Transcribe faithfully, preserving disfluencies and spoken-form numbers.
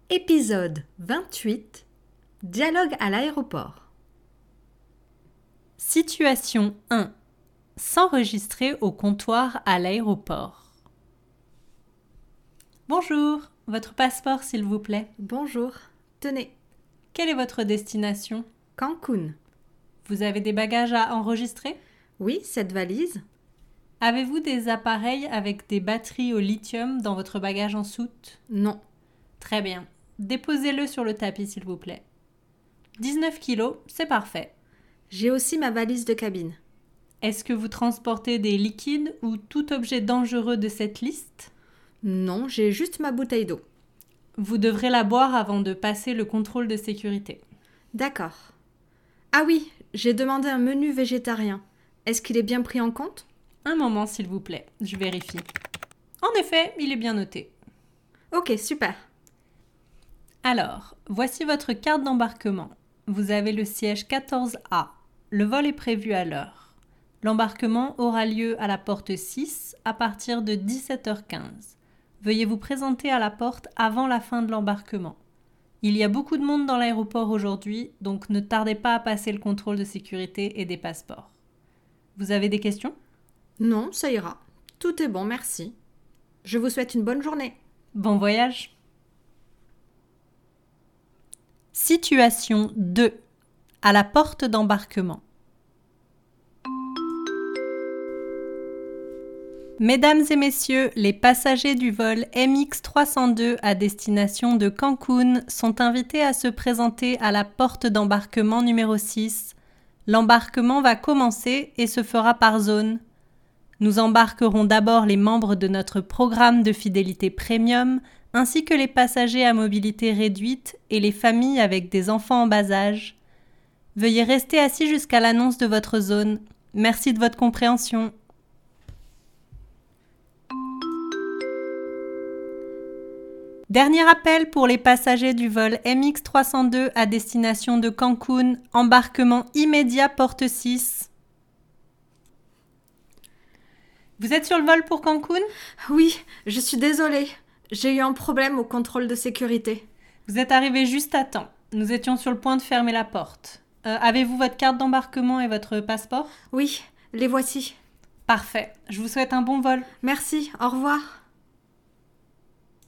Épisode vingt-huit. Dialogue à l'aéroport. Situation un. S'enregistrer au comptoir à l'aéroport. Bonjour, votre passeport s'il vous plaît. Bonjour. Tenez, Quelle est votre destination? Cancun. Vous avez des bagages à enregistrer? Oui, cette valise? Avez-vous des appareils avec des batteries au lithium dans votre bagage en soute? Non. Très bien. Déposez-le sur le tapis s'il vous plaît. dix-neuf kilos, c'est parfait. J'ai aussi ma valise de cabine. Est-ce que vous transportez des liquides ou tout objet dangereux de cette liste? Non, j'ai juste ma bouteille d'eau. Vous devrez la boire avant de passer le contrôle de sécurité. D'accord. Ah oui, j'ai demandé un menu végétarien. Est-ce qu'il est bien pris en compte? Un moment s'il vous plaît, je vérifie. En effet, il est bien noté. Ok, super. Alors, voici votre carte d'embarquement. Vous avez le siège quatorze A. Le vol est prévu à l'heure. L'embarquement aura lieu à la porte six à partir de dix-sept heures quinze. Veuillez vous présenter à la porte avant la fin de l'embarquement. Il y a beaucoup de monde dans l'aéroport aujourd'hui, donc ne tardez pas à passer le contrôle de sécurité et des passeports. Vous avez des questions? Non, ça ira. Tout est bon, merci. Je vous souhaite une bonne journée. Bon voyage! Situation deux. À la porte d'embarquement. Mesdames et messieurs, les passagers du vol M X trois cent deux à destination de Cancun sont invités à se présenter à la porte d'embarquement numéro six. L'embarquement va commencer et se fera par zone. Nous embarquerons d'abord les membres de notre programme de fidélité premium, ainsi que les passagers à mobilité réduite et les familles avec des enfants en bas âge. Veuillez rester assis jusqu'à l'annonce de votre zone. Merci de votre compréhension. Dernier appel pour les passagers du vol M X trois cent deux à destination de Cancun, embarquement immédiat porte six. Vous êtes sur le vol pour Cancun? Oui, je suis désolée. J'ai eu un problème au contrôle de sécurité. Vous êtes arrivé juste à temps. Nous étions sur le point de fermer la porte. Euh, avez-vous votre carte d'embarquement et votre passeport? Oui, les voici. Parfait. Je vous souhaite un bon vol. Merci, au revoir.